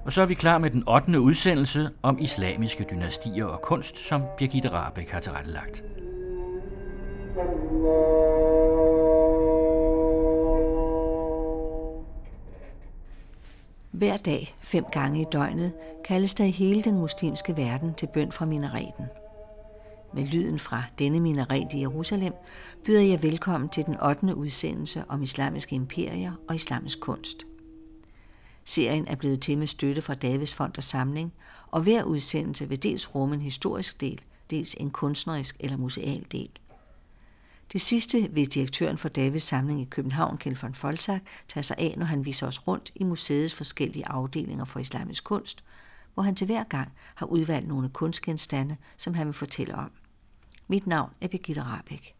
Og så er vi klar med den 8. udsendelse om islamiske dynastier og kunst, som Birgitte Rahbek har tilrettelagt. Hver dag, 5 gange i døgnet, kaldes der i hele den muslimske verden til bøn fra minareten. Med lyden fra denne minaret i Jerusalem byder jeg velkommen til den 8. udsendelse om islamiske imperier og islamisk kunst. Serien er blevet til med støtte fra Davids Fond og Samling, og hver udsendelse vil dels rumme en historisk del, dels en kunstnerisk eller museal del. Det sidste vil direktøren for Davids Samling i København, Kjeld von Folzak, tage sig af, når han viser os rundt i museets forskellige afdelinger for islamisk kunst, hvor han til hver gang har udvalgt nogle kunstgenstande, som han vil fortælle om. Mit navn er Birgitte Rahbek.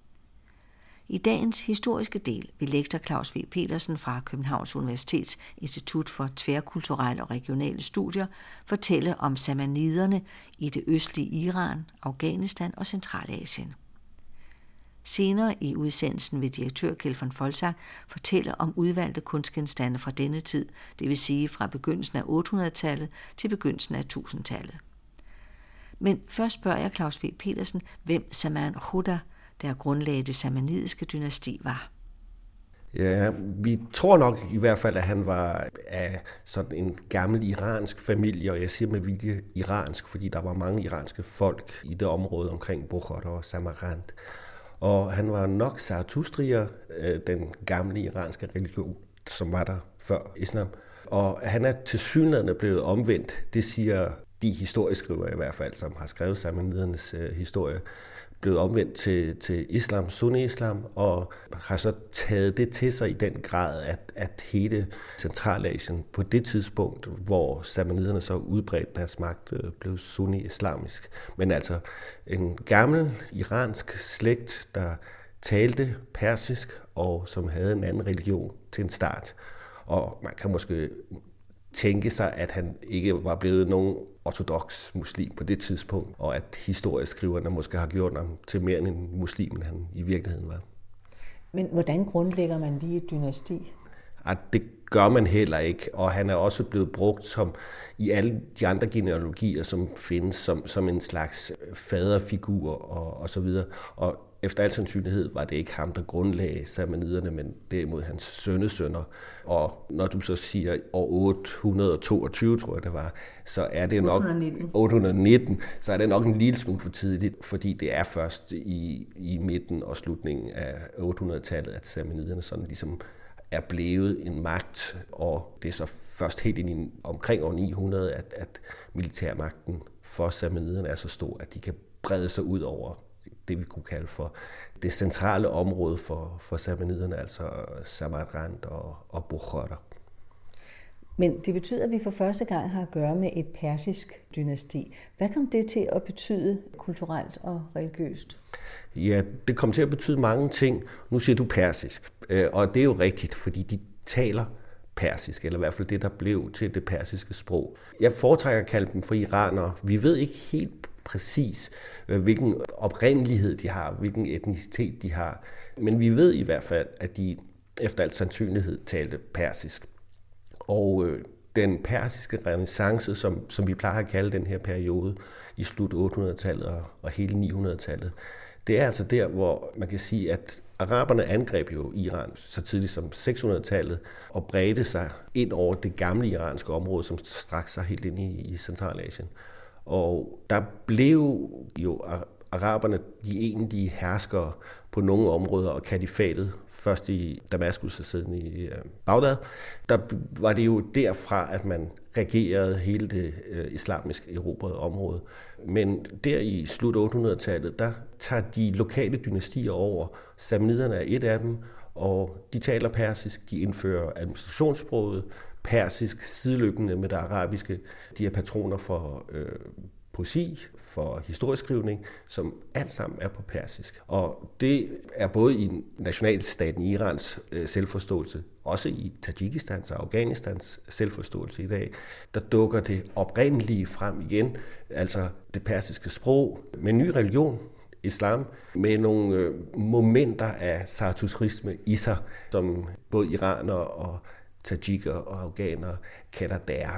I dagens historiske del vil lektor Claus V. Petersen fra Københavns Universitets Institut for Tværkulturelle og Regionale Studier fortælle om samaniderne i det østlige Iran, Afghanistan og Centralasien. Senere i udsendelsen vil direktør Kjeld von Folzak fortælle om udvalgte kunstgenstande fra denne tid, det vil sige fra begyndelsen af 800-tallet til begyndelsen af 1000-tallet. Men først spørger jeg Claus V. Petersen, hvem Saman Khuda, der grundlagde det samanidiske dynasti, var. Ja, vi tror nok i hvert fald, at han var af sådan en gammel iransk familie, og jeg siger med vilje iransk, fordi der var mange iranske folk i det område omkring Bukhara og Samarkand. Og han var nok Zarathustrier, den gamle iranske religion, som var der før islam. Og han er tilsyneladende blevet omvendt, det siger de historieskrivere i hvert fald, som har skrevet samanidernes historie, blevet omvendt til islam, sunni-islam, og har så taget det til sig i den grad, at hele Centralasien på det tidspunkt, hvor samaniderne så udbredte deres magt, blev sunni-islamisk. Men altså en gammel iransk slægt, der talte persisk, og som havde en anden religion til en start. Og man kan måske tænke sig, at han ikke var blevet nogen ortodox muslim på det tidspunkt, og at historieskriverne måske har gjort ham til mere end en muslim, end han i virkeligheden var. Men hvordan grundlægger man lige et dynasti? Det gør man heller ikke, og han er også blevet brugt som i alle de andre genealogier, som findes som en slags faderfigur og så videre. Og efter al sandsynlighed var det ikke ham, der grundlagde samaniderne, men derimod hans sønnesønner. Og når du så siger år 822, tror jeg det var, så er det nok 819, så er det nok en lille smule for tidligt, fordi det er først i midten og slutningen af 800-tallet, at samaniderne sådan ligesom er blevet en magt, og det er så først helt ind i omkring år 900, at militærmagten for samaniderne er så stor, at de kan brede sig ud over det, vi kunne kalde for det centrale område for samaniderne, altså Samarkand og Bukhara. Men det betyder, at vi for første gang har at gøre med et persisk dynasti. Hvad kom det til at betyde kulturelt og religiøst? Ja, det kom til at betyde mange ting. Nu siger du persisk, og det er jo rigtigt, fordi de taler persisk, eller i hvert fald det, der blev til det persiske sprog. Jeg foretrækker at kalde dem for iranere. Vi ved ikke helt præcis, hvilken oprindelighed de har, hvilken etnicitet de har. Men vi ved i hvert fald, at de efter al sandsynlighed talte persisk. Og den persiske renæssance, som vi plejer at kalde den her periode i slut 800-tallet og hele 900-tallet, det er altså der, hvor man kan sige, at araberne angreb jo Iran så tidligt som 600-tallet og bredte sig ind over det gamle iranske område, som strakte sig helt ind i Centralasien. Og der blev jo araberne de egentlige herskere på nogle områder, og kalifatet, først i Damaskus og siden i Bagdad, der var det jo derfra, at man regerede hele det islamisk erobrede område. Men der i slut 800-tallet, der tager de lokale dynastier over. Samaniderne er et af dem, og de taler persisk, de indfører administrationssproget, persisk sideløbende med det arabiske. De er patroner for poesi, for historieskrivning, som alt sammen er på persisk. Og det er både i nationalstaten Irans selvforståelse, også i Tajikistans og Afghanistans selvforståelse i dag, der dukker det oprindelige frem igen, altså det persiske sprog med ny religion, islam, med nogle momenter af zarathustrisme i sig, som både iranere og tajikker og afghanere kalder deres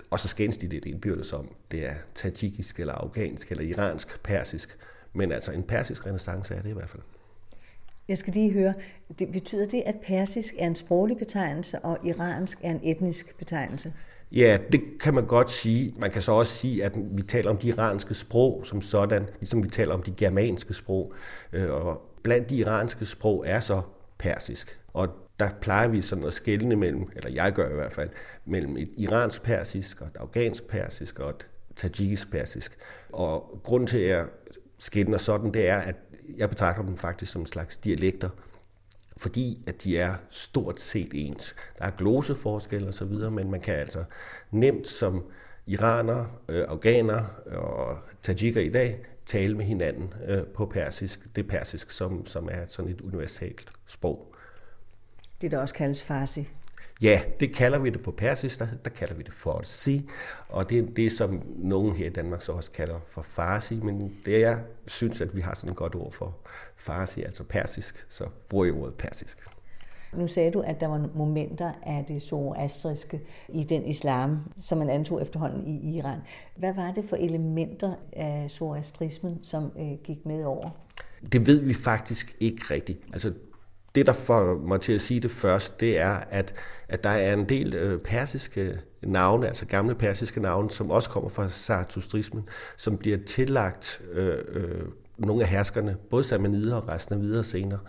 Og så skændes de lidt indbyrdes om, det er tajikisk eller afghansk eller iransk, persisk. Men altså en persisk renæssance er det i hvert fald. Jeg skal lige høre, betyder det, at persisk er en sproglig betegnelse, og iransk er en etnisk betegnelse? Ja, det kan man godt sige. Man kan så også sige, at vi taler om de iranske sprog som sådan, ligesom vi taler om de germanske sprog. Og blandt de iranske sprog er så persisk. Og der plejer vi sådan at skelne mellem, eller jeg gør i hvert fald, mellem et iransk persisk og et afghansk persisk og et tajikisk persisk. Og grunden til, at jeg skelner sådan, det er, at jeg betragter dem faktisk som en slags dialekter, fordi at de er stort set ens. Der er gloseforskelle og så videre, men man kan altså nemt som iraner, afghaner og tajikker i dag tale med hinanden på persisk. Det persisk, som er sådan et universalt sprog. Det der også kaldes farsi. Ja, det kalder vi det på persisk, der kalder vi det farsi, og det er det, som nogen her i Danmark så også kalder for farsi, men det jeg synes, at vi har sådan et godt ord for farsi, altså persisk, så bruger jeg ordet persisk. Nu sagde du, at der var momenter af det zoroastriske i den islam, som man antog efterhånden i Iran. Hvad var det for elementer af zoroastrismen, som gik med over? Det ved vi faktisk ikke rigtigt. Altså, det, der får mig til at sige det først, det er, at der er en del persiske navne, altså gamle persiske navne, som også kommer fra zarathustrismen, som bliver tillagt nogle af herskerne, både samanider og resten af videre senere,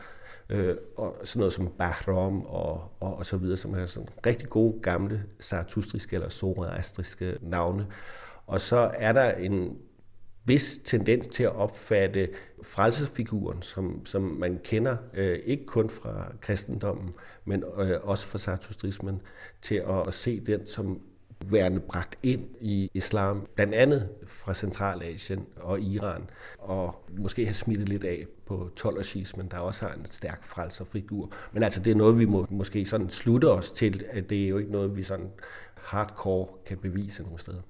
og sådan noget som Bahram og så videre, som er sådan rigtig gode gamle zarathustriske eller zoroastriske navne. Og så er der en vis tendens til at opfatte frelsesfiguren, som man kender ikke kun fra kristendommen, men også fra zarathustrismen, til at se den som værende bragt ind i islam, blandt andet fra Centralasien og Iran, og måske have smittet lidt af på tolerismen, der også har en stærk frelserfigur. Men altså, det er noget, vi måske sådan slutte os til, at det er jo ikke noget, vi sådan hardcore kan bevise nogle steder.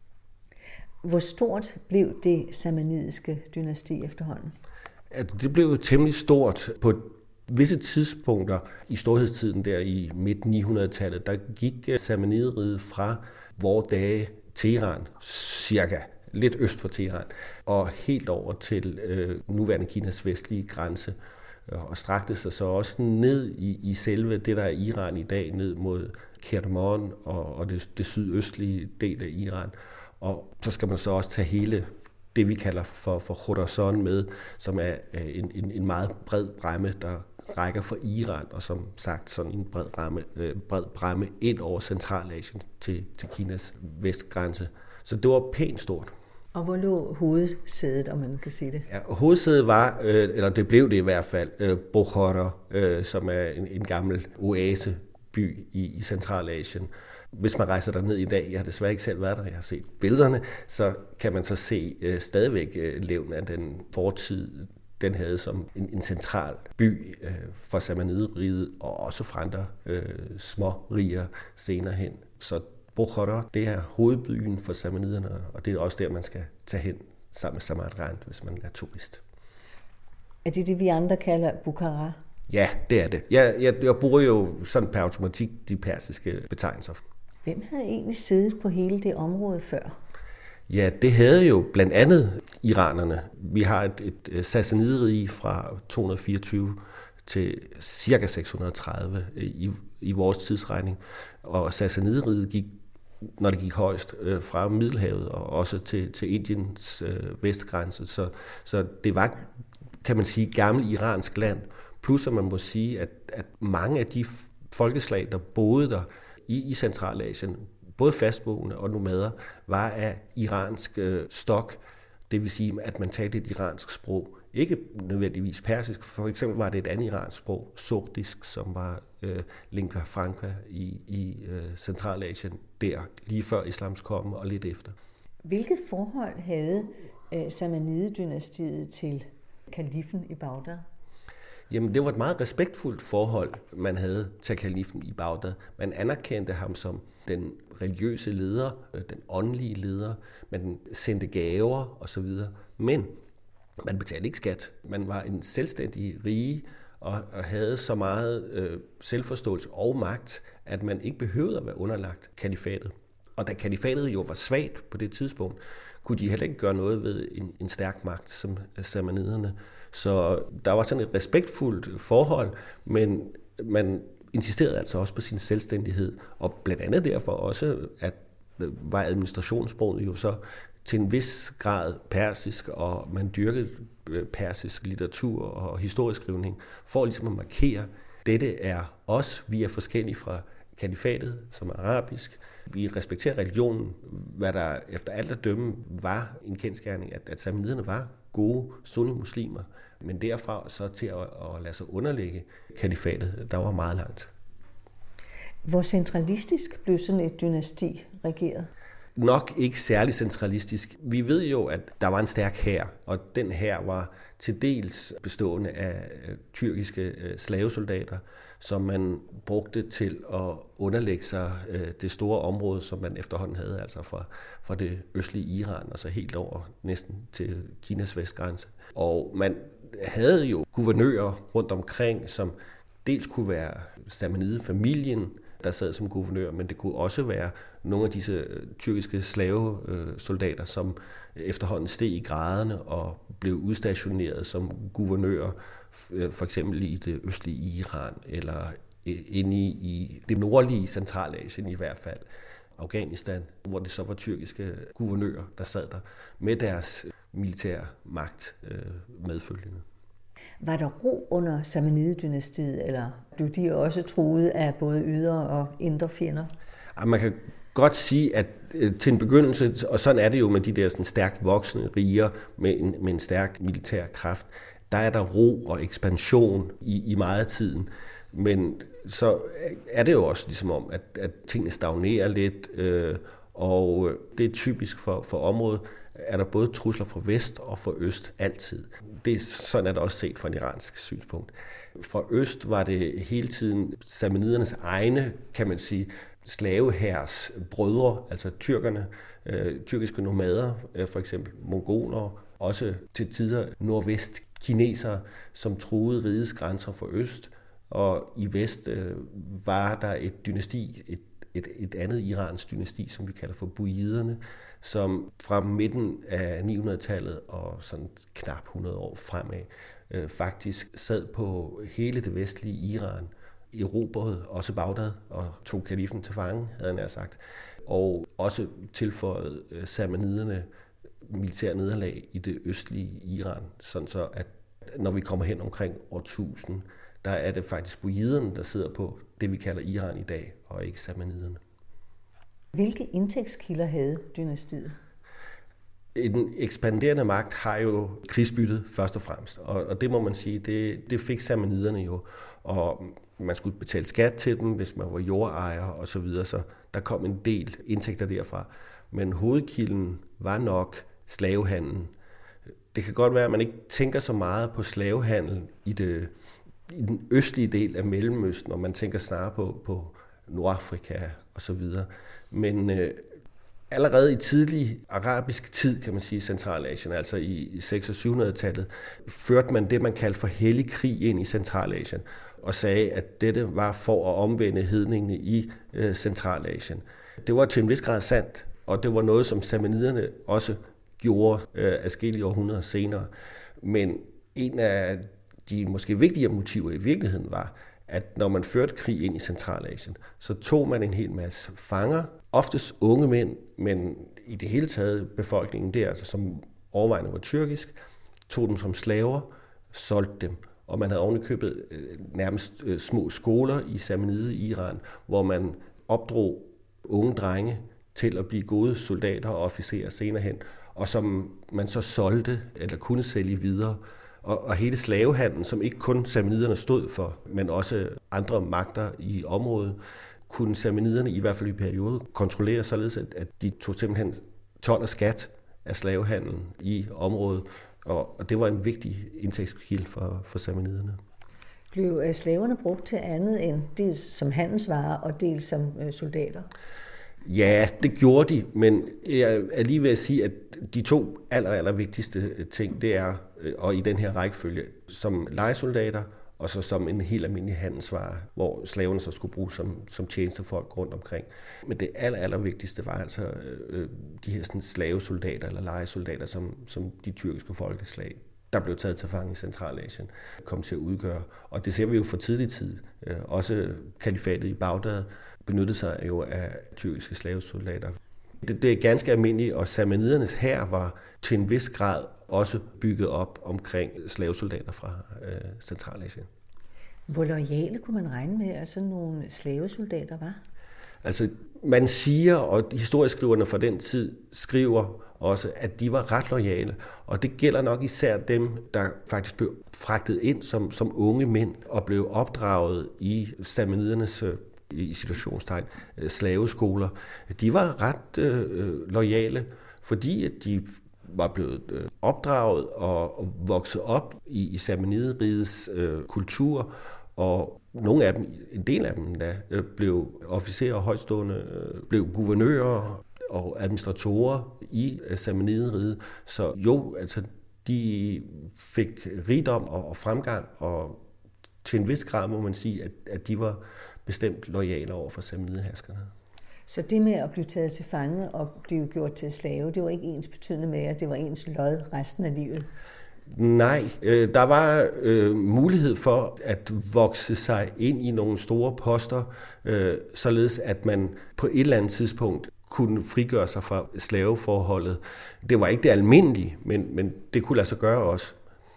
Hvor stort blev det samanidiske dynasti efterhånden? Det blev jo temmelig stort. På visse tidspunkter i storhedstiden der i midt-900-tallet, der gik Samanideriget fra vore dage Teheran, cirka lidt øst for Teheran, og helt over til nuværende Kinas vestlige grænse, og strakte sig så også ned i selve det, der er Iran i dag, ned mod Kerman og det sydøstlige del af Iran. Og så skal man så også tage hele det, vi kalder for Khorasan med, som er en meget bred bræmme, der rækker fra Iran, og som sagt sådan en bred bræmme ind over Centralasien til Kinas vestgrænse. Så det var pænt stort. Og hvor lå hovedsædet, om man kan sige det? Ja, hovedsædet var, eller det blev det i hvert fald, Bukhara, som er en gammel oaseby i Centralasien. Hvis man rejser derned i dag, jeg har desværre ikke selv været der, jeg har set billederne, så kan man så se stadigvæk levn af den fortid, den havde som en central by for Samanideriget, og også fra andre små riger senere hen. Så Bukhara, det er hovedbyen for samaniderne, og det er også der, man skal tage hen sammen med Samarkand, hvis man er turist. Er det vi andre kalder Bukhara? Ja, det er det. Jeg bruger jo sådan per automatik de persiske betegnelser. Hvem havde egentlig siddet på hele det område før? Ja, det havde jo blandt andet iranerne. Vi har et Sassanidrige fra 224 til cirka 630 i vores tidsregning. Og Sassanidriget gik, når det gik højst, fra Middelhavet og også til Indiens vestgrænse. Så det var, kan man sige, gammel iransk land. Plus at man må sige, at mange af de folkeslag, der boede der i Centralasien, både fastboende og nomader, var af iransk stok. Det vil sige, at man talte et iransk sprog. Ikke nødvendigvis persisk. For eksempel var det et andet iransk sprog, sordisk, som var lingua franca i Centralasien, der lige før islams komme og lidt efter. Hvilket forhold havde Samanide-dynastiet til kalifen i Bagdad? Jamen, det var et meget respektfuldt forhold, man havde til kalifen i Bagdad. Man anerkendte ham som den religiøse leder, den åndelige leder, man sendte gaver osv. Men man betalte ikke skat. Man var en selvstændig rige og havde så meget selvforståelse og magt, at man ikke behøvede at være underlagt kalifatet. Og da kalifatet jo var svagt på det tidspunkt, kunne de heller ikke gøre noget ved en stærk magt som samaniderne. Så der var sådan et respektfuldt forhold, men man insisterede altså også på sin selvstændighed, og blandt andet derfor også, at var administrationssproget jo så til en vis grad persisk, og man dyrkede persisk litteratur og historieskrivning for ligesom at markere, dette er os, vi er forskellige fra kalifatet, som er arabisk. Vi respekterer religionen, hvad der efter alt at dømme var en kendsgerning, at samaniderne var gode sunni-muslimer, men derfra så til at lade sig underlægge kalifatet, der var meget langt. Hvor centralistisk blev sådan et dynasti regeret? Nok ikke særlig centralistisk. Vi ved jo, at der var en stærk hær, og den hær var til dels bestående af tyrkiske slavesoldater, som man brugte til at underlægge sig det store område, som man efterhånden havde, altså fra det østlige Iran, og så helt over næsten til Kinas vestgrænse. Og man havde jo guvernører rundt omkring, som dels kunne være samanidefamilien, der sad som guvernør, men det kunne også være nogle af disse tyrkiske slavesoldater, som efterhånden steg i graderne og blev udstationeret som guvernører, for eksempel i det østlige Iran, eller inde i det nordlige Centralasien i hvert fald, Afghanistan, hvor det så var tyrkiske guvernører, der sad der med deres militære magt medfølgende. Var der ro under Samanide-dynastiet, eller blev de også truet af både ydre og indre fjender? Man kan godt sige, at til en begyndelse, og sådan er det jo med de der sådan stærkt voksende riger med en stærk militær kraft, der er der ro og ekspansion i meget af tiden. Men så er det jo også ligesom om, at tingene stagnerer lidt, og det er typisk for området, er der både trusler fra vest og fra øst altid. Sådan er det også set fra en iransk synspunkt. Fra øst var det hele tiden samanidernes egne, kan man sige, slavehærs brødre, altså tyrkerne, tyrkiske nomader, for eksempel mongoler, også til tider nordvest kinesere, som truede rigets grænser fra øst. Og i vest var der et dynasti, et andet iransk dynasti, som vi kalder for buyiderne, som fra midten af 900-tallet og sådan knap 100 år fremad faktisk sad på hele det vestlige Iran, erobrede også Bagdad og tog kalifen til fange, havde han sagt, og også tilføjede samaniderne militær nederlag i det østlige Iran, sådan så at når vi kommer hen omkring år 1000, der er det faktisk buyiderne, der sidder på det, vi kalder Iran i dag, og ikke samaniderne. Hvilke indtægtskilder havde dynastiet? En ekspanderende magt har jo krigsbyttet først og fremmest, og det må man sige, det fik samaniderne jo, og man skulle betale skat til dem, hvis man var jordejer og så videre, så der kom en del indtægter derfra. Men hovedkilden var nok slavehandlen. Det kan godt være, at man ikke tænker så meget på slavehandel i den østlige del af Mellemøsten, og man tænker snarere på Nordafrika og så videre. Men allerede i tidlig arabisk tid, kan man sige, Centralasien, altså i 600- og 700-tallet, førte man det, man kaldte for hellig krig ind i Centralasien, og sagde, at dette var for at omvende hedningene i Centralasien. Det var til en vis grad sandt, og det var noget, som samaniderne også gjorde adskillige århundreder senere. Men en af de måske vigtigere motiver i virkeligheden var, at når man førte krig ind i Centralasien, så tog man en hel masse fanger, oftest unge mænd, men i det hele taget befolkningen der, som overvejende var tyrkisk, tog dem som slaver, solgte dem. Og man havde ovenikøbet nærmest små skoler i Samanide i Iran, hvor man opdrog unge drenge til at blive gode soldater og officerer senere hen, og som man så solgte eller kunne sælge videre. Og hele slavehandlen, som ikke kun samaniderne stod for, men også andre magter i området, kunne samaniderne i hvert fald i periode kontrollere, således at de tog simpelthen told og skat af slavehandlen i området, og det var en vigtig indtægtskilde for samaniderne. Blev slaverne brugt til andet end dels som handelsvarer og dels som soldater? Ja, det gjorde de, men jeg er lige ved at sige, at de to aller vigtigste ting, det er, og i den her rækkefølge, som lejesoldater og så som en helt almindelig handelsvare, hvor slaverne så skulle bruges som tjenestefolk rundt omkring. Men det aller vigtigste var altså de her sådan slavesoldater eller lejesoldater, som de tyrkiske folkeslag, der blev taget til fange i Centralasien, kom til at udgøre. Og det ser vi jo fra tidlig tid. Også kalifatet i Bagdad benyttede sig jo af tyrkiske slavesoldater. Det er ganske almindeligt, og samanidernes hær var til en vis grad også bygget op omkring slavesoldater fra Centralasien. Hvor loyale kunne man regne med, at sådan nogle slavesoldater var? Altså, man siger, og historieskriverne fra den tid skriver også, at de var ret loyale. Og det gælder nok især dem, der faktisk blev fragtet ind som unge mænd og blev opdraget i samanidernes i situationstegn slaveskoler. De var ret loyale, fordi at de var blevet opdraget og vokset op i Samanideriget kultur, og nogle af dem, en del af dem da, blev officerer og højtstående, blev guvernører og administratorer i Samanideriget. Så jo, altså de fik rigdom og fremgang, og til en vis grad må man sige, at de var bestemt loyale over for samanideherskerne. Så det med at blive taget til fange og blive gjort til slave, det var ikke ens betydende med, at det var ens lod resten af livet? Nej, der var mulighed for at vokse sig ind i nogle store poster, således at man på et eller andet tidspunkt kunne frigøre sig fra slaveforholdet. Det var ikke det almindelige, men det kunne lade sig gøre også.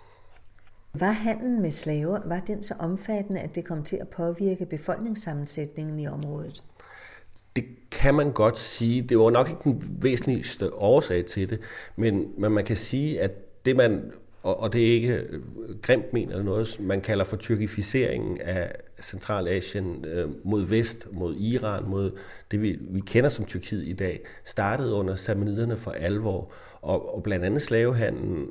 Var handlen med slaver, var den så omfattende, at det kom til at påvirke befolkningssammensætningen i området? Det kan man godt sige. Det var nok ikke den væsentligste årsag til det, men man kan sige, at det man, og det er ikke grimt men eller noget, man kalder for tyrkificeringen af Centralasien mod vest, mod Iran, mod det vi kender som Tyrkiet i dag, startede under samaniderne for alvor, og blandt andet slavehandlen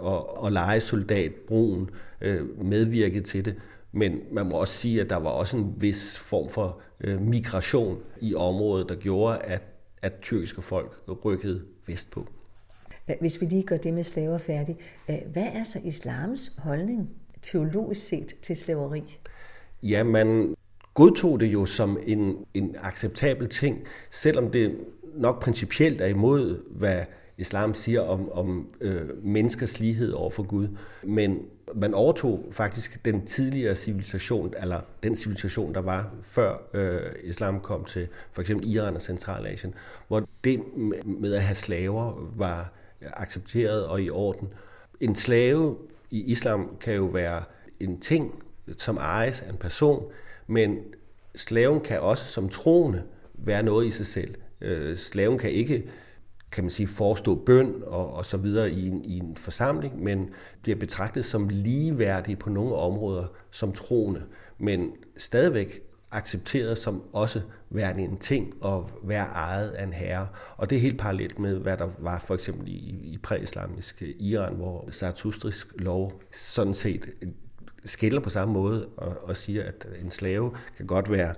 og lejesoldatbrugen medvirkede til det. Men man må også sige, at der var også en vis form for migration i området, der gjorde, at tyrkiske folk rykkede vestpå. Hvis vi lige gør det med slaver færdigt, hvad er så islams holdning teologisk set til slaveri? Ja, man godtog det jo som en acceptabel ting, selvom det nok principielt er imod, hvad islam siger om menneskers lighed over for Gud. Men man overtog faktisk den tidligere civilisation, eller den civilisation, der var før islam kom til for eksempel Iran og Centralasien, hvor det med at have slaver var accepteret og i orden. En slave i islam kan jo være en ting, som ejes af en person, men slaven kan også som troende være noget i sig selv. Slaven kan ikke, kan man sige, forestå bøn og så videre i en forsamling, men bliver betragtet som ligeværdig på nogle områder som troende, men stadigvæk accepteret som også værende en ting og være ejet af en herre. Og det er helt parallelt med, hvad der var for eksempel i præislamisk Iran, hvor Zarathustrisk lov sådan set skiller på samme måde og siger, at en slave kan godt være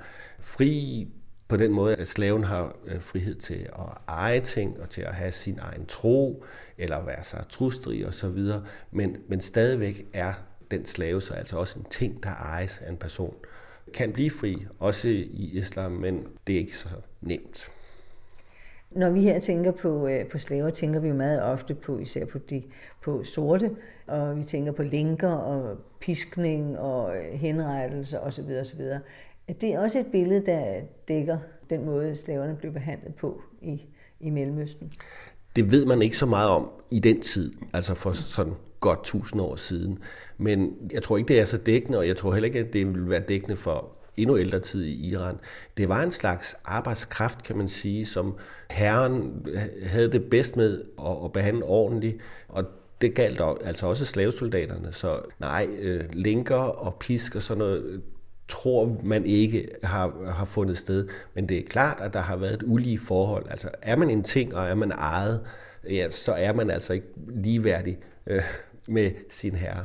fri på den måde, at slaven har frihed til at eje ting og til at have sin egen tro eller være zarathustri og så videre, men stadigvæk er den slave så altså også en ting, der ejes af en person. Kan blive fri, også i islam, men det er ikke så nemt. Når vi her tænker på slaver, tænker vi jo meget ofte på, især på sorte, og vi tænker på lænker og piskning og henrettelse osv. osv. Det er også et billede, der dækker den måde, slaverne blev behandlet på i Mellemøsten. Det ved man ikke så meget om i den tid, altså for sådan godt 1000 år siden. Men jeg tror ikke, det er så dækkende, og jeg tror heller ikke, at det vil være dækkende for endnu ældre tid i Iran. Det var en slags arbejdskraft, kan man sige, som herren havde det bedst med at behandle ordentligt, og det galt altså også slavesoldaterne. Så nej, lænker og pisk og sådan noget tror man ikke har fundet sted. Men det er klart, at der har været et ulige forhold. Altså er man en ting, og er man ejet, ja, så er man altså ikke ligeværdig med sin herre.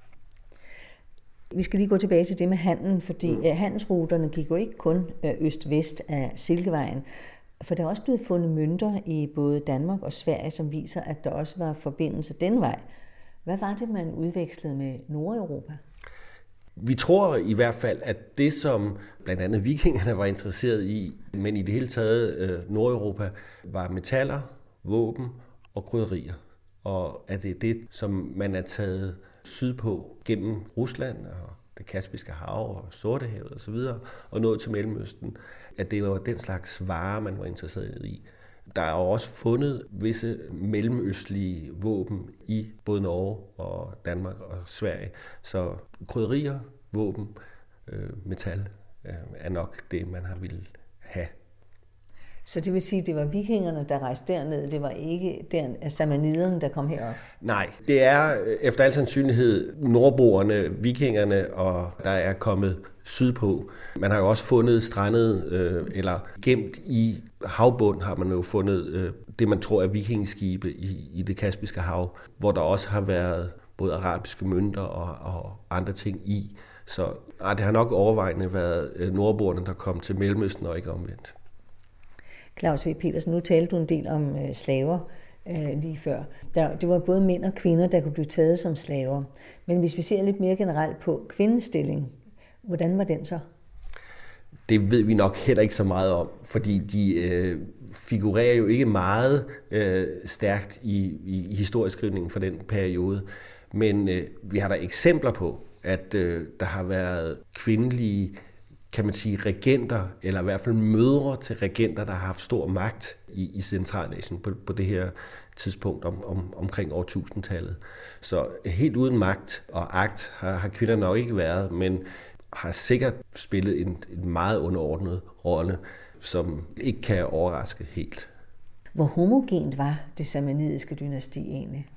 Vi skal lige gå tilbage til det med handlen, fordi handelsruterne gik jo ikke kun øst-vest af Silkevejen, for der er også blevet fundet mønter i både Danmark og Sverige, som viser, at der også var forbindelse den vej. Hvad var det, man udvekslede med Nordeuropa? Vi tror i hvert fald, at det, som blandt andet vikingerne var interesseret i, men i det hele taget Nordeuropa, var metaller, våben og krydderier. Og at det er det, som man er taget sydpå gennem Rusland og det Kaspiske Hav og Sortehavet osv., og nået til Mellemøsten, at det var den slags varer, man var interesseret i. Der er jo også fundet visse mellemøstlige våben i både Norge og Danmark og Sverige. Så krydderier, våben, metal er nok det, man har ville have. Så det vil sige, at det var vikingerne, der rejste derned, det var ikke samaniderne, der kom herop? Nej, det er efter al sandsynlighed nordboerne, vikingerne, og der er kommet sydpå. Man har jo også fundet strandet, eller gemt i havbund har man jo fundet det, man tror er vikingeskibe i det Kaspiske Hav, hvor der også har været både arabiske mønter og andre ting i. Så det har nok overvejende været nordboerne, der kom til Mellemøsten og ikke omvendt. Claus V. Petersen, nu talte du en del om slaver lige før. Det var både mænd og kvinder, der kunne blive taget som slaver. Men hvis vi ser lidt mere generelt på kvindens stilling, hvordan var den så? Det ved vi nok heller ikke så meget om, fordi de figurerer jo ikke meget stærkt i historieskrivningen for den periode. Men vi har der eksempler på, at der har været kvindelige, kan man sige, regenter, eller i hvert fald mødre til regenter, der har haft stor magt i Centralasien på det her tidspunkt omkring år 1000-tallet. Så helt uden magt og agt har kvinder nok ikke været, men har sikkert spillet en meget underordnet rolle, som ikke kan overraske helt. Hvor homogent var det samanidiske dynasti egentlig?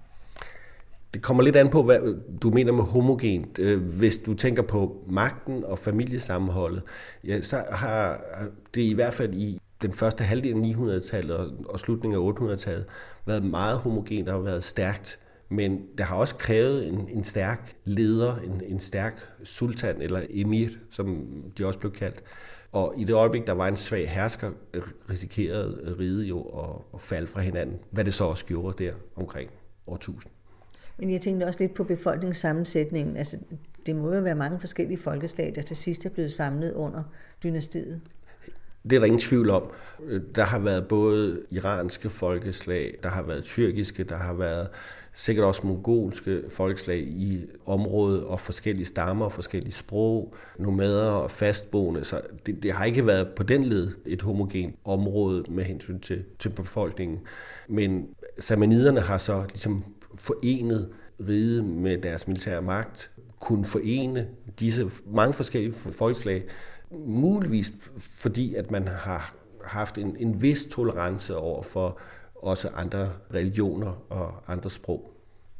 Det kommer lidt an på, hvad du mener med homogent. Hvis du tænker på magten og familiesammenholdet, ja, så har det i hvert fald i den første halvdel af 900-tallet og slutningen af 800-tallet været meget homogent og været stærkt. Men det har også krævet en stærk leder, en stærk sultan eller emir, som de også blev kaldt. Og i det øjeblik, der var en svag hersker, risikerede riget jo at falde fra hinanden. Hvad det så også gjorde der omkring år 1000. Men jeg tænkte også lidt på befolkningssammensætningen. Altså, det må jo være mange forskellige folkeslag, der til sidst er blevet samlet under dynastiet. Det er der ingen tvivl om. Der har været både iranske folkeslag, der har været tyrkiske, der har været sikkert også mongolske folkeslag i området, og forskellige stammer og forskellige sprog, nomader og fastboende. Så det har ikke været på den led et homogent område med hensyn til befolkningen. Men samaniderne har så ligesom forenet riget med deres militære magt, kunne forene disse mange forskellige folkeslag, muligvis fordi, at man har haft en vis tolerance over for også andre religioner og andre sprog.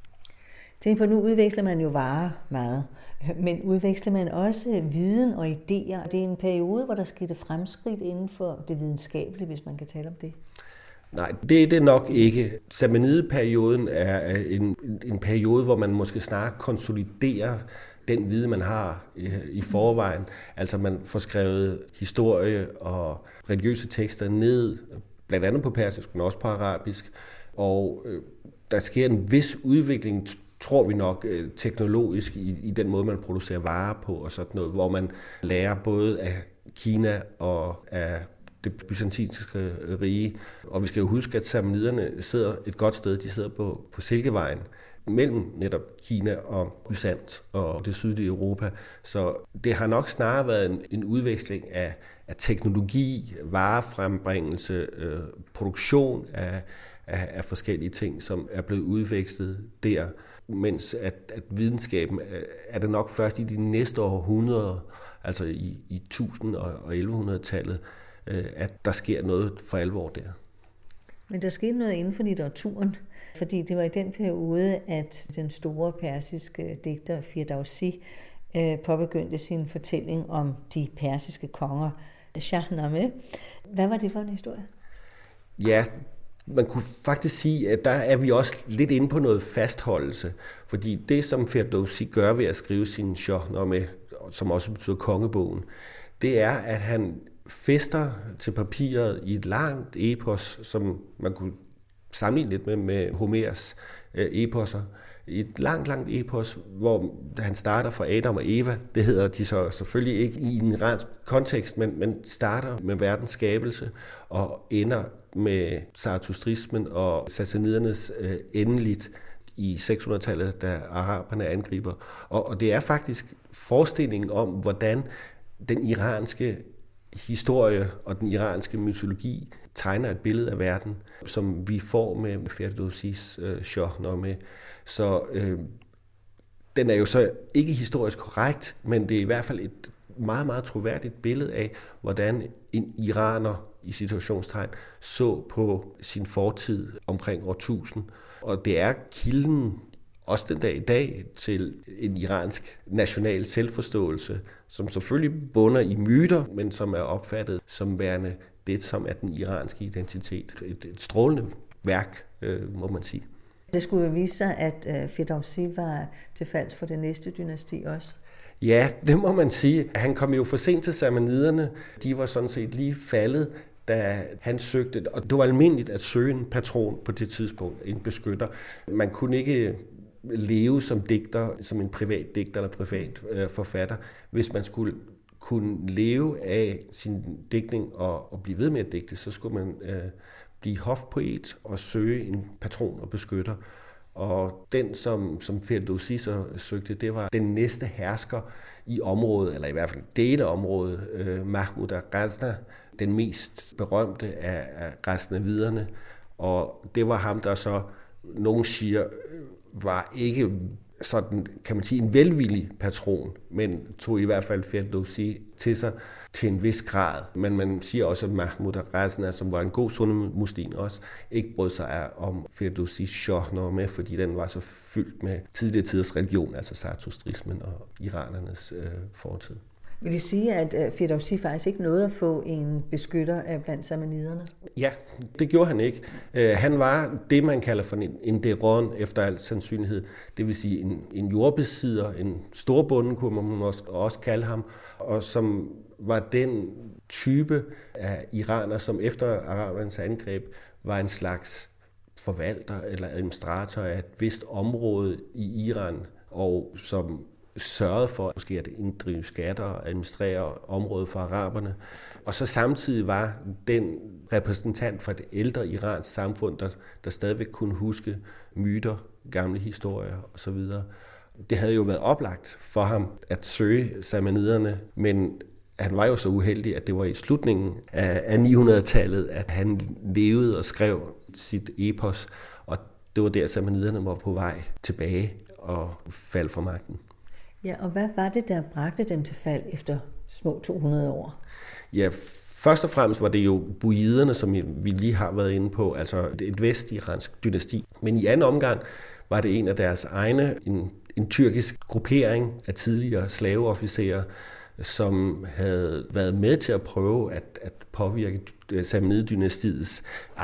Tænk på, nu udveksler man jo varer meget, men udveksler man også viden og idéer. Det er en periode, hvor der skete fremskridt inden for det videnskabelige, hvis man kan tale om det. Nej, det er det nok ikke. Samanideperioden er en periode, hvor man måske snarere konsoliderer den viden, man har i forvejen. Altså man får skrevet historie og religiøse tekster ned, blandt andet på persisk, men også på arabisk. Og der sker en vis udvikling, tror vi nok, teknologisk i den måde, man producerer varer på og sådan noget, hvor man lærer både af Kina og af det byzantinske rige. Og vi skal jo huske, at samaniderne sidder et godt sted. De sidder på Silkevejen mellem netop Kina og Byzant og det sydlige Europa. Så det har nok snarere været en udveksling af teknologi, varefrembringelse, produktion af forskellige ting, som er blevet udvekslet der. Mens at videnskaben er det nok først i de næste århundreder, altså i 1000- og 1100-tallet, at der sker noget for alvor der. Men der skete noget inden for litteraturen, fordi det var i den periode, at den store persiske digter Firdausi påbegyndte sin fortælling om de persiske konger, Shahnameh. Hvad var det for en historie? Ja, man kunne faktisk sige, at der er vi også lidt inde på noget fastholdelse, fordi det, som Firdausi gør ved at skrive sin Shahnameh, som også betyder kongebogen, det er, at han fæster til papiret i et langt epos, som man kunne sammenligne lidt med Homers eposser. Et langt epos, hvor han starter fra Adam og Eva. Det hedder de så selvfølgelig ikke i en iransk kontekst, men starter med verdens skabelse og ender med zarathustrismen og sassanidernes endeligt i 600-tallet, da araberne angriber. Og det er faktisk forestillingen om, hvordan den iranske historie og den iranske mytologi tegner et billede af verden, som vi får med Ferdowsis Shahnameh. Så den er jo så ikke historisk korrekt, men det er i hvert fald et meget, meget troværdigt billede af, hvordan en iraner i situationstegn så på sin fortid omkring år 1000. Og det er kilden, også den dag i dag, til en iransk national selvforståelse, som selvfølgelig bunder i myter, men som er opfattet som værende det, som er den iranske identitet. Et strålende værk, må man sige. Det skulle jo vise sig, at Ferdowsi var til falds for det næste dynasti også. Ja, det må man sige. Han kom jo for sent til samaniderne. De var sådan set lige faldet, da han søgte. Og det var almindeligt at søge en patron på det tidspunkt, en beskytter. Man kunne ikke leve som digter, som en privat digter eller privat forfatter, hvis man skulle kunne leve af sin digtning og blive ved med at digte, så skulle man blive hofpoet og søge en patron og beskytter. Og den, som Ferdowsi så søgte, det var den næste hersker i området, eller i hvert fald dele området, Mahmud af Ghazna, den mest berømte af Ghaznaviderne. Og det var ham, der så, nogen siger, var ikke sådan, kan man sige, en velvillig patron, men tog i hvert fald Ferdowsi til sig til en vis grad. Men man siger også, at Mahmud af Ghazna, som var en god sunnimuslim også, ikke brød sig om Ferdowsis Shahnameh, fordi den var så fyldt med tidligere tiders religion, altså zarathustrismen og iranernes fortid. Vil det sige, at Ferdowsi faktisk ikke nåede at få en beskytter blandt samaniderne? Ja, det gjorde han ikke. Han var det, man kalder for en deron efter al sandsynlighed. Det vil sige en jordbesidder, en storbonde, kunne man også kalde ham, og som var den type af iraner, som efter arabernes angreb var en slags forvalter eller administrator af et vist område i Iran, og som sørgede for måske at inddrive skatter og administrere området for araberne. Og så samtidig var den repræsentant for det ældre iransk samfund, der stadigvæk kunne huske myter, gamle historier osv. Det havde jo været oplagt for ham at søge samaniderne, men han var jo så uheldig, at det var i slutningen af 900-tallet, at han levede og skrev sit epos, og det var der, samaniderne var på vej tilbage og faldt fra magten. Ja, og hvad var det, der bragte dem til fald efter små 200 år? Ja, først og fremmest var det jo buiderne, som vi lige har været inde på, altså et vestiransk dynasti. Men i anden omgang var det en af deres egne, en tyrkisk gruppering af tidligere slaveofficerer, som havde været med til at prøve at påvirke Samanid-dynastiets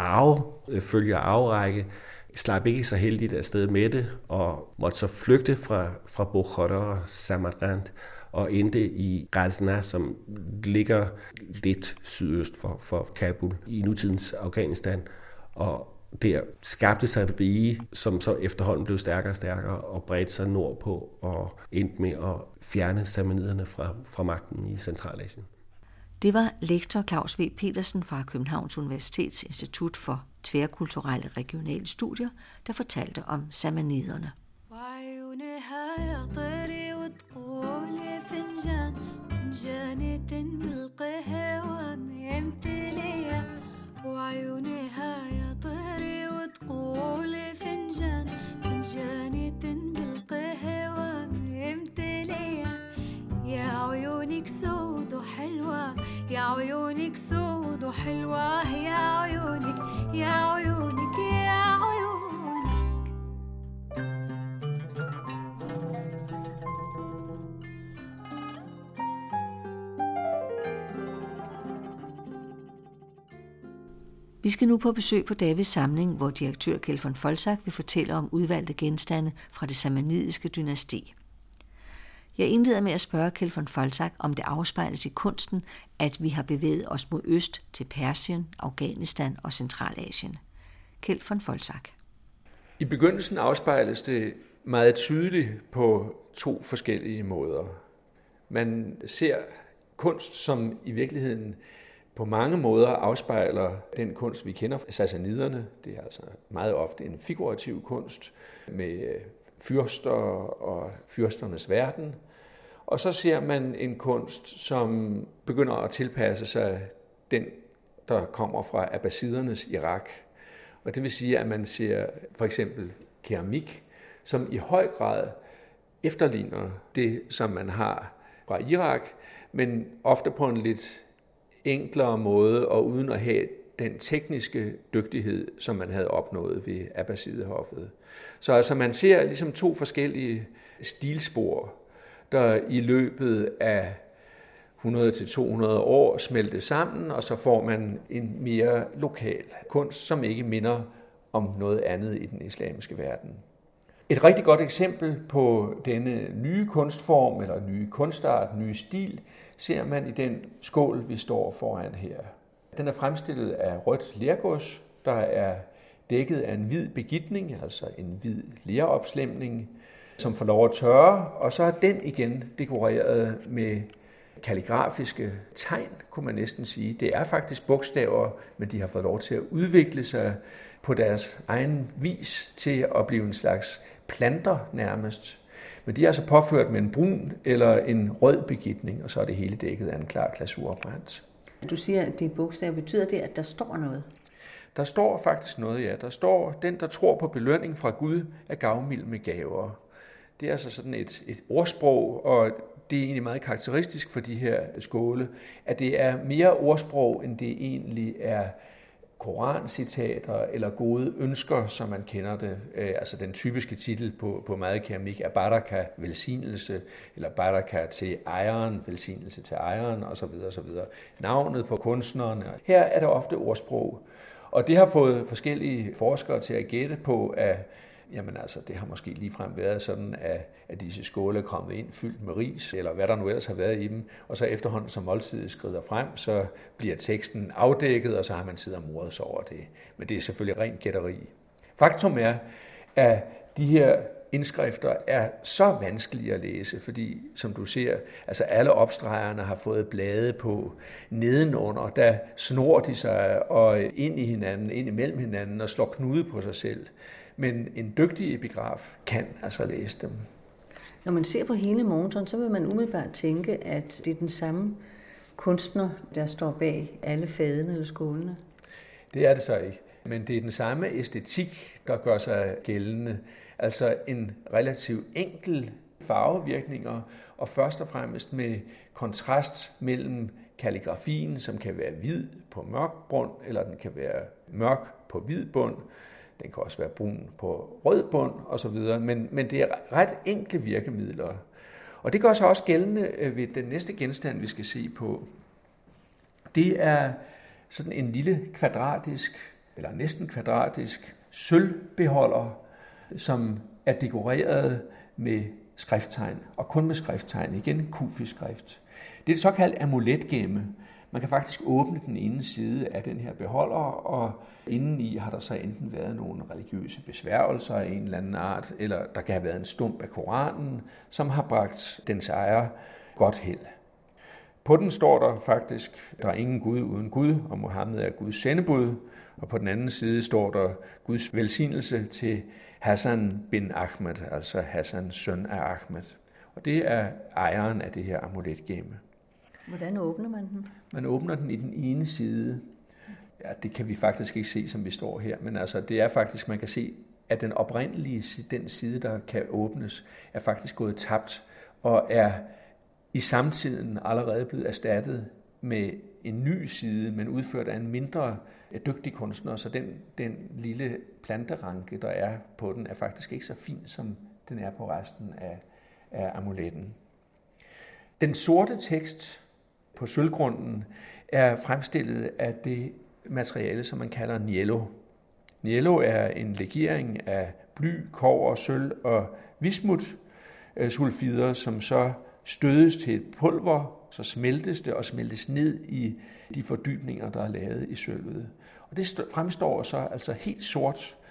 arverække, slap ikke så heldigt afsted med det, og måtte så flygte fra Bukhara og Samarkand, og endte i Ghazna, som ligger lidt sydøst for Kabul i nutidens Afghanistan. Og der skabte sig et rige, som så efterhånden blev stærkere og stærkere, og bredte sig nordpå og endte med at fjerne samaniderne fra magten i Centralasien. Det var lektor Claus V. Petersen fra Københavns Universitets Institut for Tværkulturelle Regionale Studier, der fortalte om samaniderne. يا عيونك سود وحلوة يا عيونك يا عيونك يا عيونك. Vi skal nu på besøg på Davids samling, hvor direktør Kjeld von Folzak vil fortælle om udvalgte genstande fra det samanidiske dynasti. Jeg indleder med at spørge Kjeld von Folzak, om det afspejles i kunsten, at vi har bevæget os mod øst til Persien, Afghanistan og Centralasien. Kjeld von Folzak. I begyndelsen afspejles det meget tydeligt på 2 forskellige måder. Man ser kunst, som i virkeligheden på mange måder afspejler den kunst, vi kender fra sassaniderne. Det er altså meget ofte en figurativ kunst med fyrster og fyrsternes verden. Og så ser man en kunst, som begynder at tilpasse sig den, der kommer fra abbasidernes Irak. Og det vil sige, at man ser for eksempel keramik, som i høj grad efterligner det, som man har fra Irak, men ofte på en lidt enklere måde og uden at have den tekniske dygtighed, som man havde opnået ved Abbasidehoffet. Så altså man ser ligesom 2 forskellige stilspor, der i løbet af 100-200 år smelter sammen, og så får man en mere lokal kunst, som ikke minder om noget andet i den islamiske verden. Et rigtig godt eksempel på denne nye kunstform, eller nye kunstart, nye stil, ser man i den skål, vi står foran her. Den er fremstillet af rødt lergods, der er dækket af en hvid begitning, altså en hvid leropslemning, som får lov at tørre, og så er den igen dekoreret med kalligrafiske tegn, kunne man næsten sige. Det er faktisk bogstaver, men de har fået lov til at udvikle sig på deres egen vis til at blive en slags planter nærmest. Men de er altså påført med en brun eller en rød begitning, og så er det hele dækket af en klar glasurbrændt. Du siger, at det er bogstaver. Betyder det, at der står noget? Der står faktisk noget, ja. Der står, den, der tror på belønning fra Gud, er gavmild med gaver. Det er altså sådan et ordsprog, og det er egentlig meget karakteristisk for de her skåle, at det er mere ordsprog, end det egentlig er korancitater eller gode ønsker, som man kender det. Altså den typiske titel på meget keramik er baraka, velsignelse, eller baraka til ejeren, velsignelse til ejeren, osv. osv. Navnet på kunstneren. Her er der ofte ordsprog, og det har fået forskellige forskere til at gætte på, at jamen altså, det har måske ligefrem været sådan, at disse skåle er kommet ind fyldt med ris, eller hvad der nu ellers har været i dem, og så efterhånden, som måltidet skrider frem, så bliver teksten afdækket, og så har man siddet og moret sig over det. Men det er selvfølgelig rent gætteri. Faktum er, at de her indskrifter er så vanskelige at læse, fordi, som du ser, altså alle opstregerne har fået blade på nedenunder, der snor de sig og ind i hinanden, ind imellem hinanden og slår knude på sig selv. Men en dygtig epigraf kan altså læse dem. Når man ser på hele motoren, så vil man umiddelbart tænke, at det er den samme kunstner, der står bag alle fadene eller skålene. Det er det så ikke. Men det er den samme æstetik, der gør sig gældende. Altså en relativt enkel farvevirkninger, og først og fremmest med kontrast mellem kalligrafien, som kan være hvid på mørk bund, eller den kan være mørk på hvid bund. Den kan også være brun på rød bund osv., men det er ret enkle virkemidler. Og det gør sig også gældende ved den næste genstand, vi skal se på. Det er sådan en lille kvadratisk, eller næsten kvadratisk, sølvbeholder, som er dekoreret med skrifttegn, og kun med skrifttegn, igen kufiskrift. Det er et såkaldt amuletgemme. Man kan faktisk åbne den ene side af den her beholder, og indeni har der så enten været nogle religiøse besværgelser af en eller anden art, eller der kan have været en stump af Koranen, som har bragt dens ejer godt held. På den står der faktisk, der er ingen Gud uden Gud, og Mohammed er Guds sendebud, og på den anden side står der Guds velsignelse til Hassan bin Ahmed, altså Hassans søn af Ahmed. Og det er ejeren af det her amuletgemme. Hvordan åbner man den? Man åbner den i den ene side. Ja, det kan vi faktisk ikke se, som vi står her, men altså, det er faktisk, man kan se, at den oprindelige, den side, der kan åbnes, er faktisk gået tabt, og er i samtiden allerede blevet erstattet med en ny side, men udført af en mindre dygtig kunstner, så den lille planteranke, der er på den, er faktisk ikke så fin, som den er på resten af amuletten. Den sorte tekst på sølvgrunden er fremstillet af det materiale, som man kalder niello. Niello er en legering af bly, kobber, sølv og vismutsulfider, som så stødes til et pulver, så smeltes det og smeltes ned i de fordybninger, der er lavet i sølvet. Og det fremstår så altså helt sort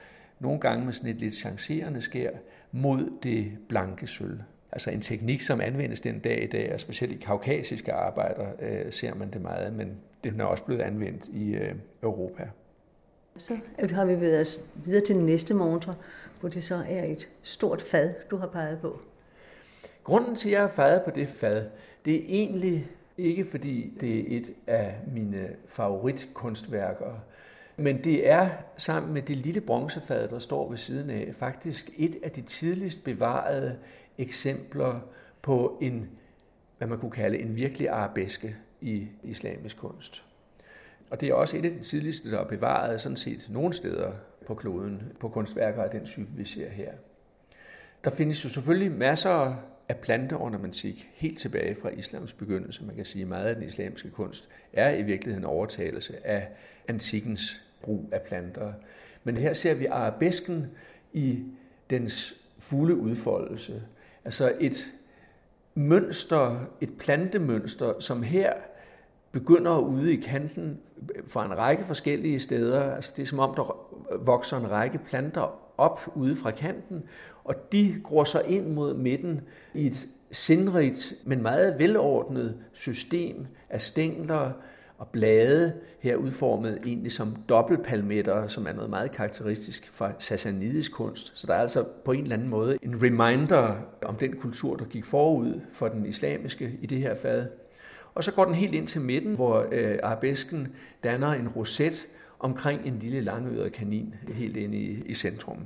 nogle gange med sådan et lidt chancerende skær, mod det blanke sølv. Altså en teknik, som anvendes den dag i dag, og specielt i kaukasiske arbejder ser man det meget, men den er også blevet anvendt i Europa. Så har vi bevæget os videre til den næste montre, hvor det så er et stort fad, du har peget på. Grunden til, at jeg har peget på det fad, det er egentlig ikke, fordi det er et af mine favoritkunstværker, men det er sammen med det lille bronzefad, der står ved siden af, faktisk et af de tidligst bevarede eksempler på en, hvad man kunne kalde en virkelig arabeske i islamisk kunst. Og det er også et af de tidligste, der er bevaret sådan set nogle steder på kloden, på kunstværker af den type, vi ser her. Der findes jo selvfølgelig masser af planteornamentik helt tilbage fra islams begyndelse. Man kan sige, at meget af den islamiske kunst er i virkeligheden overtagelse af antikkens brug af planter. Men her ser vi arabesken i dens fulde udfoldelse. Altså et mønster, et plantemønster, som her begynder ude i kanten fra en række forskellige steder. Altså det er som om, der vokser en række planter op ude fra kanten, og de gror sig ind mod midten i et sindrigt, men meget velordnet system af stængler og blade, her udformet egentlig som dobbeltpalmetter, som er noget meget karakteristisk fra sassanidisk kunst. Så der er altså på en eller anden måde en reminder om den kultur, der gik forud for den islamiske i det her fad. Og så går den helt ind til midten, hvor arabesken danner en roset omkring en lille langøret kanin helt inde i centrum.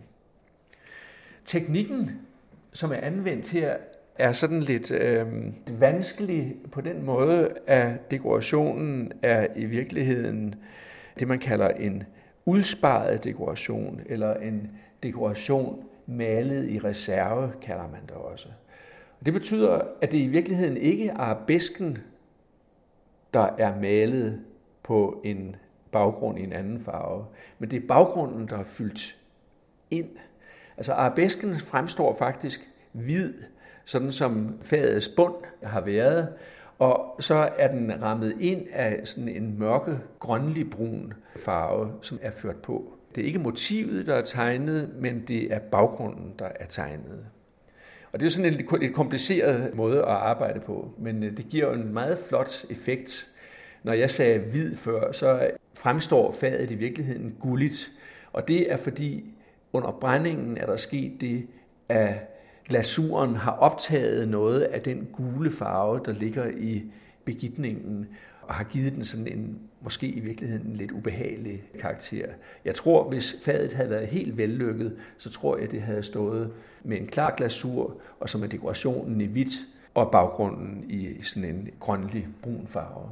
Teknikken, som er anvendt her, er sådan lidt vanskelig på den måde, at dekorationen er i virkeligheden det, man kalder en udsparet dekoration, eller en dekoration malet i reserve, kalder man det også. Det betyder, at det i virkeligheden ikke er arabesken, der er malet på en baggrund i en anden farve, men det er baggrunden, der er fyldt ind. Altså arabesken fremstår faktisk hvid, sådan som fadets bund har været, og så er den rammet ind af sådan en mørke, grønlig brun farve, som er ført på. Det er ikke motivet, der er tegnet, men det er baggrunden, der er tegnet. Og det er sådan en lidt kompliceret måde at arbejde på, men det giver en meget flot effekt. Når jeg sagde hvid før, så fremstår fadet i virkeligheden gulligt, og det er fordi under brændingen er der sket det, at glasuren har optaget noget af den gule farve, der ligger i begitningen, og har givet den sådan en, måske i virkeligheden en lidt ubehagelig karakter. Jeg tror, hvis fadet havde været helt vellykket, så tror jeg, det havde stået med en klar glasur, og så med dekorationen i hvidt, og baggrunden i sådan en grønlig brun farve.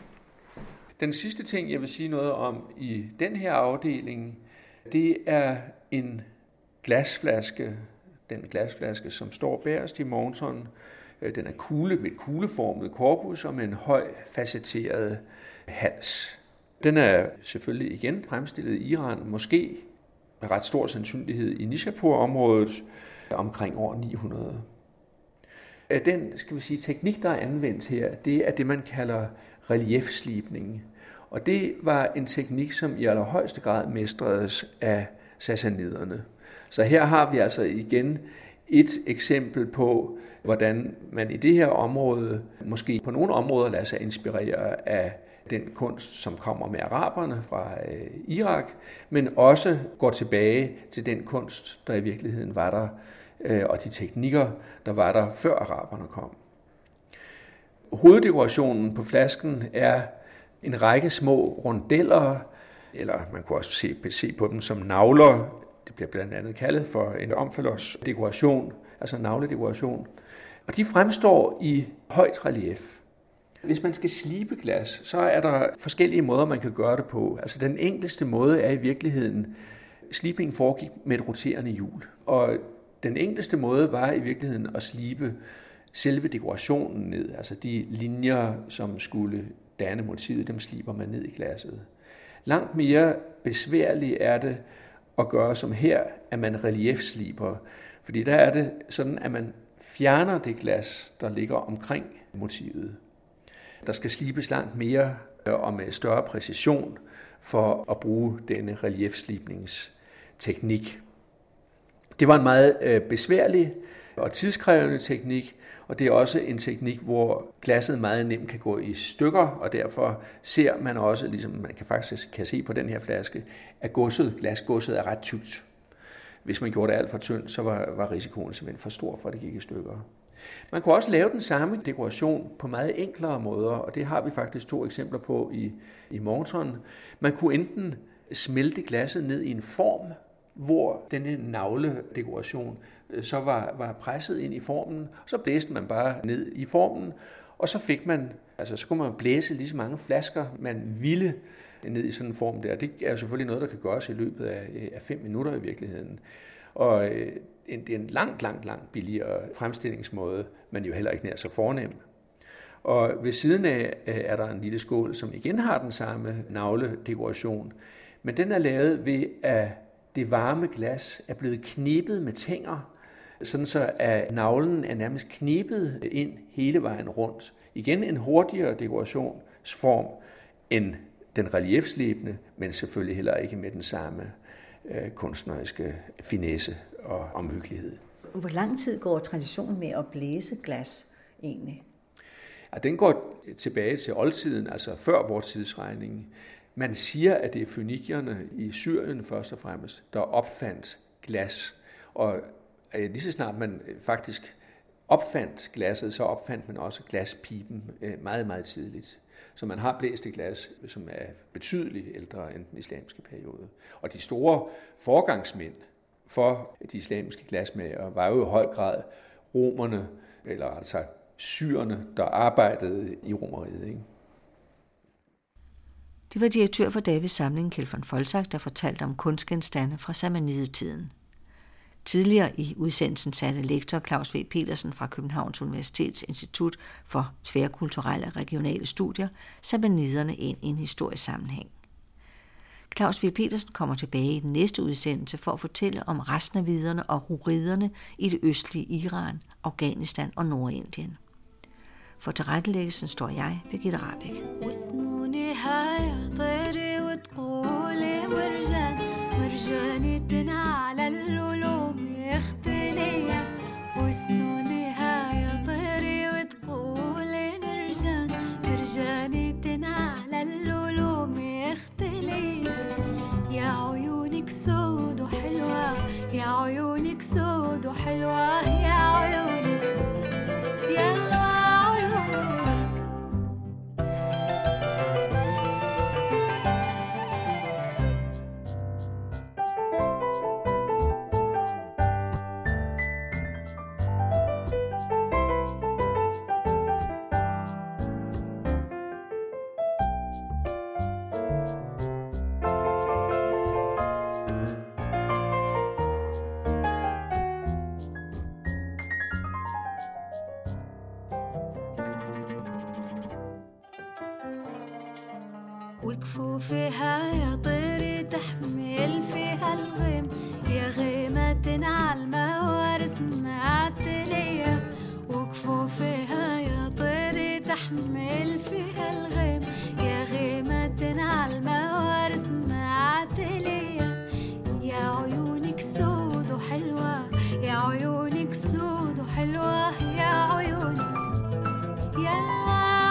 Den sidste ting, jeg vil sige noget om i den her afdeling, det er en glasflaske. Den glasflaske, som står bagerst i montren, den er med et kugleformet korpus og med en høj facetteret hals. Den er selvfølgelig igen fremstillet i Iran, måske med ret stor sandsynlighed i Nishapur-området omkring år 900. Den, teknik, der er anvendt her, det er det, man kalder reliefslibning. Og det var en teknik, som i allerhøjeste grad mestredes af sassaniderne. Så her har vi altså igen et eksempel på, hvordan man i det her område, måske på nogle områder, lader sig inspirere af den kunst, som kommer med araberne fra Irak, men også går tilbage til den kunst, der i virkeligheden var der, og de teknikker, der var der, før araberne kom. Hoveddekorationen på flasken er en række små rondeller, eller man kunne også se på dem som navler. Det bliver blandt andet kaldet for en omfaldsdekoration, altså navledekoration. Og de fremstår i højt relief. Hvis man skal slibe glas, så er der forskellige måder, man kan gøre det på. Altså den enkleste måde er i virkeligheden, slibningen foregik med et roterende hjul. Og den enkleste måde var i virkeligheden at slibe selve dekorationen ned. Altså de linjer, som skulle danne motivet, dem sliber man ned i glasset. Langt mere besværligt er det at gøre som her, at man reliefsliber. Fordi der er det sådan, at man fjerner det glas, der ligger omkring motivet. Der skal slibes langt mere og med større præcision for at bruge denne reliefslibningsteknik. Det var en meget besværlig og tidskrævende teknik, og det er også en teknik, hvor glasset meget nemt kan gå i stykker, og derfor ser man også, ligesom man kan se på den her flaske, at glasgodset er ret tykt. Hvis man gjorde det alt for tyndt, så var risikoen simpelthen for stor, for at det gik i stykker. Man kunne også lave den samme dekoration på meget enklere måder, og det har vi faktisk 2 eksempler på i Morton. Man kunne enten smelte glasset ned i en form, hvor denne navledekoration så var presset ind i formen, så blæste man bare ned i formen, og så så kunne man blæse lige så mange flasker, man ville ned i sådan en form der. Det er jo selvfølgelig noget, der kan gøres i løbet af 5 minutter i virkeligheden. Og det er en langt billigere fremstillingsmåde, men jo heller ikke nær så fornem. Og ved siden af er der en lille skål, som igen har den samme navledekoration, men den er lavet ved, at det varme glas er blevet knebet med tænger, sådan så at navlen er nærmest knebet ind hele vejen rundt. Igen en hurtigere dekorationsform end den reliefslebende, men selvfølgelig heller ikke med den samme kunstneriske finesse og omhyggelighed. Hvor lang tid går traditionen med at blæse glas egentlig? Ja, den går tilbage til oldtiden, altså før vores tidsregning. Man siger, at det er fønikierne i Syrien først og fremmest, der opfandt glas. Og lige så snart man faktisk opfandt glasset, så opfandt man også glaspiben meget, meget tidligt. Så man har blæst et glas, som er betydeligt ældre end den islamiske periode. Og de store forgangsmænd for de islamiske glasmager var jo i høj grad romerne, eller altså syrerne, der arbejdede i Romeriet, ikke? Det var direktør for Davids samling, Kjeld von Folsak, der fortalte om kunstgenstande fra samanidetiden. Tidligere i udsendelsen satte lektor Claus V. Petersen fra Københavns Universitets Institut for Tværkulturelle og Regionale Studier samaniderne ind i en historisk sammenhæng. Claus V. Petersen kommer tilbage i den næste udsendelse for at fortælle om resten af viderne og ruriderne i det østlige Iran, Afghanistan og Nordindien. For tilrettelæggelsen står jeg, Birgitte Rahbek. وكفوفها يا طيري تحمل فيها الغيم يا غيمة عالمة ورسمعت ليا وكفوفها يا طيري تحمل فيها الغيم يا غيمة عالمة ورسمعت ليا يا عيونك سود وحلوة يا عيونك سود وحلوة يا عيوني يا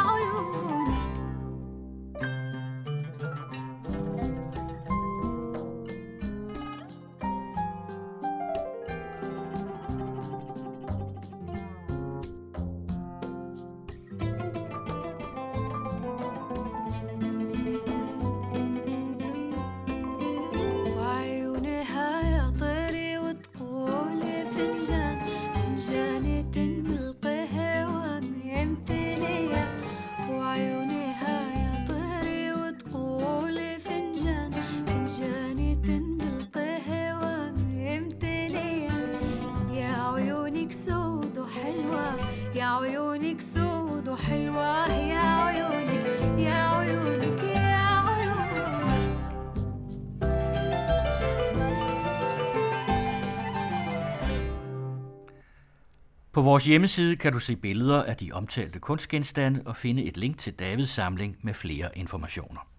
يا عيونك سود وحلوة يا عيونك يا عيونك يا عيونك. På vores hjemmeside kan du se billeder af de omtalte kunstgenstande og finde et link til Davids samling med flere informationer.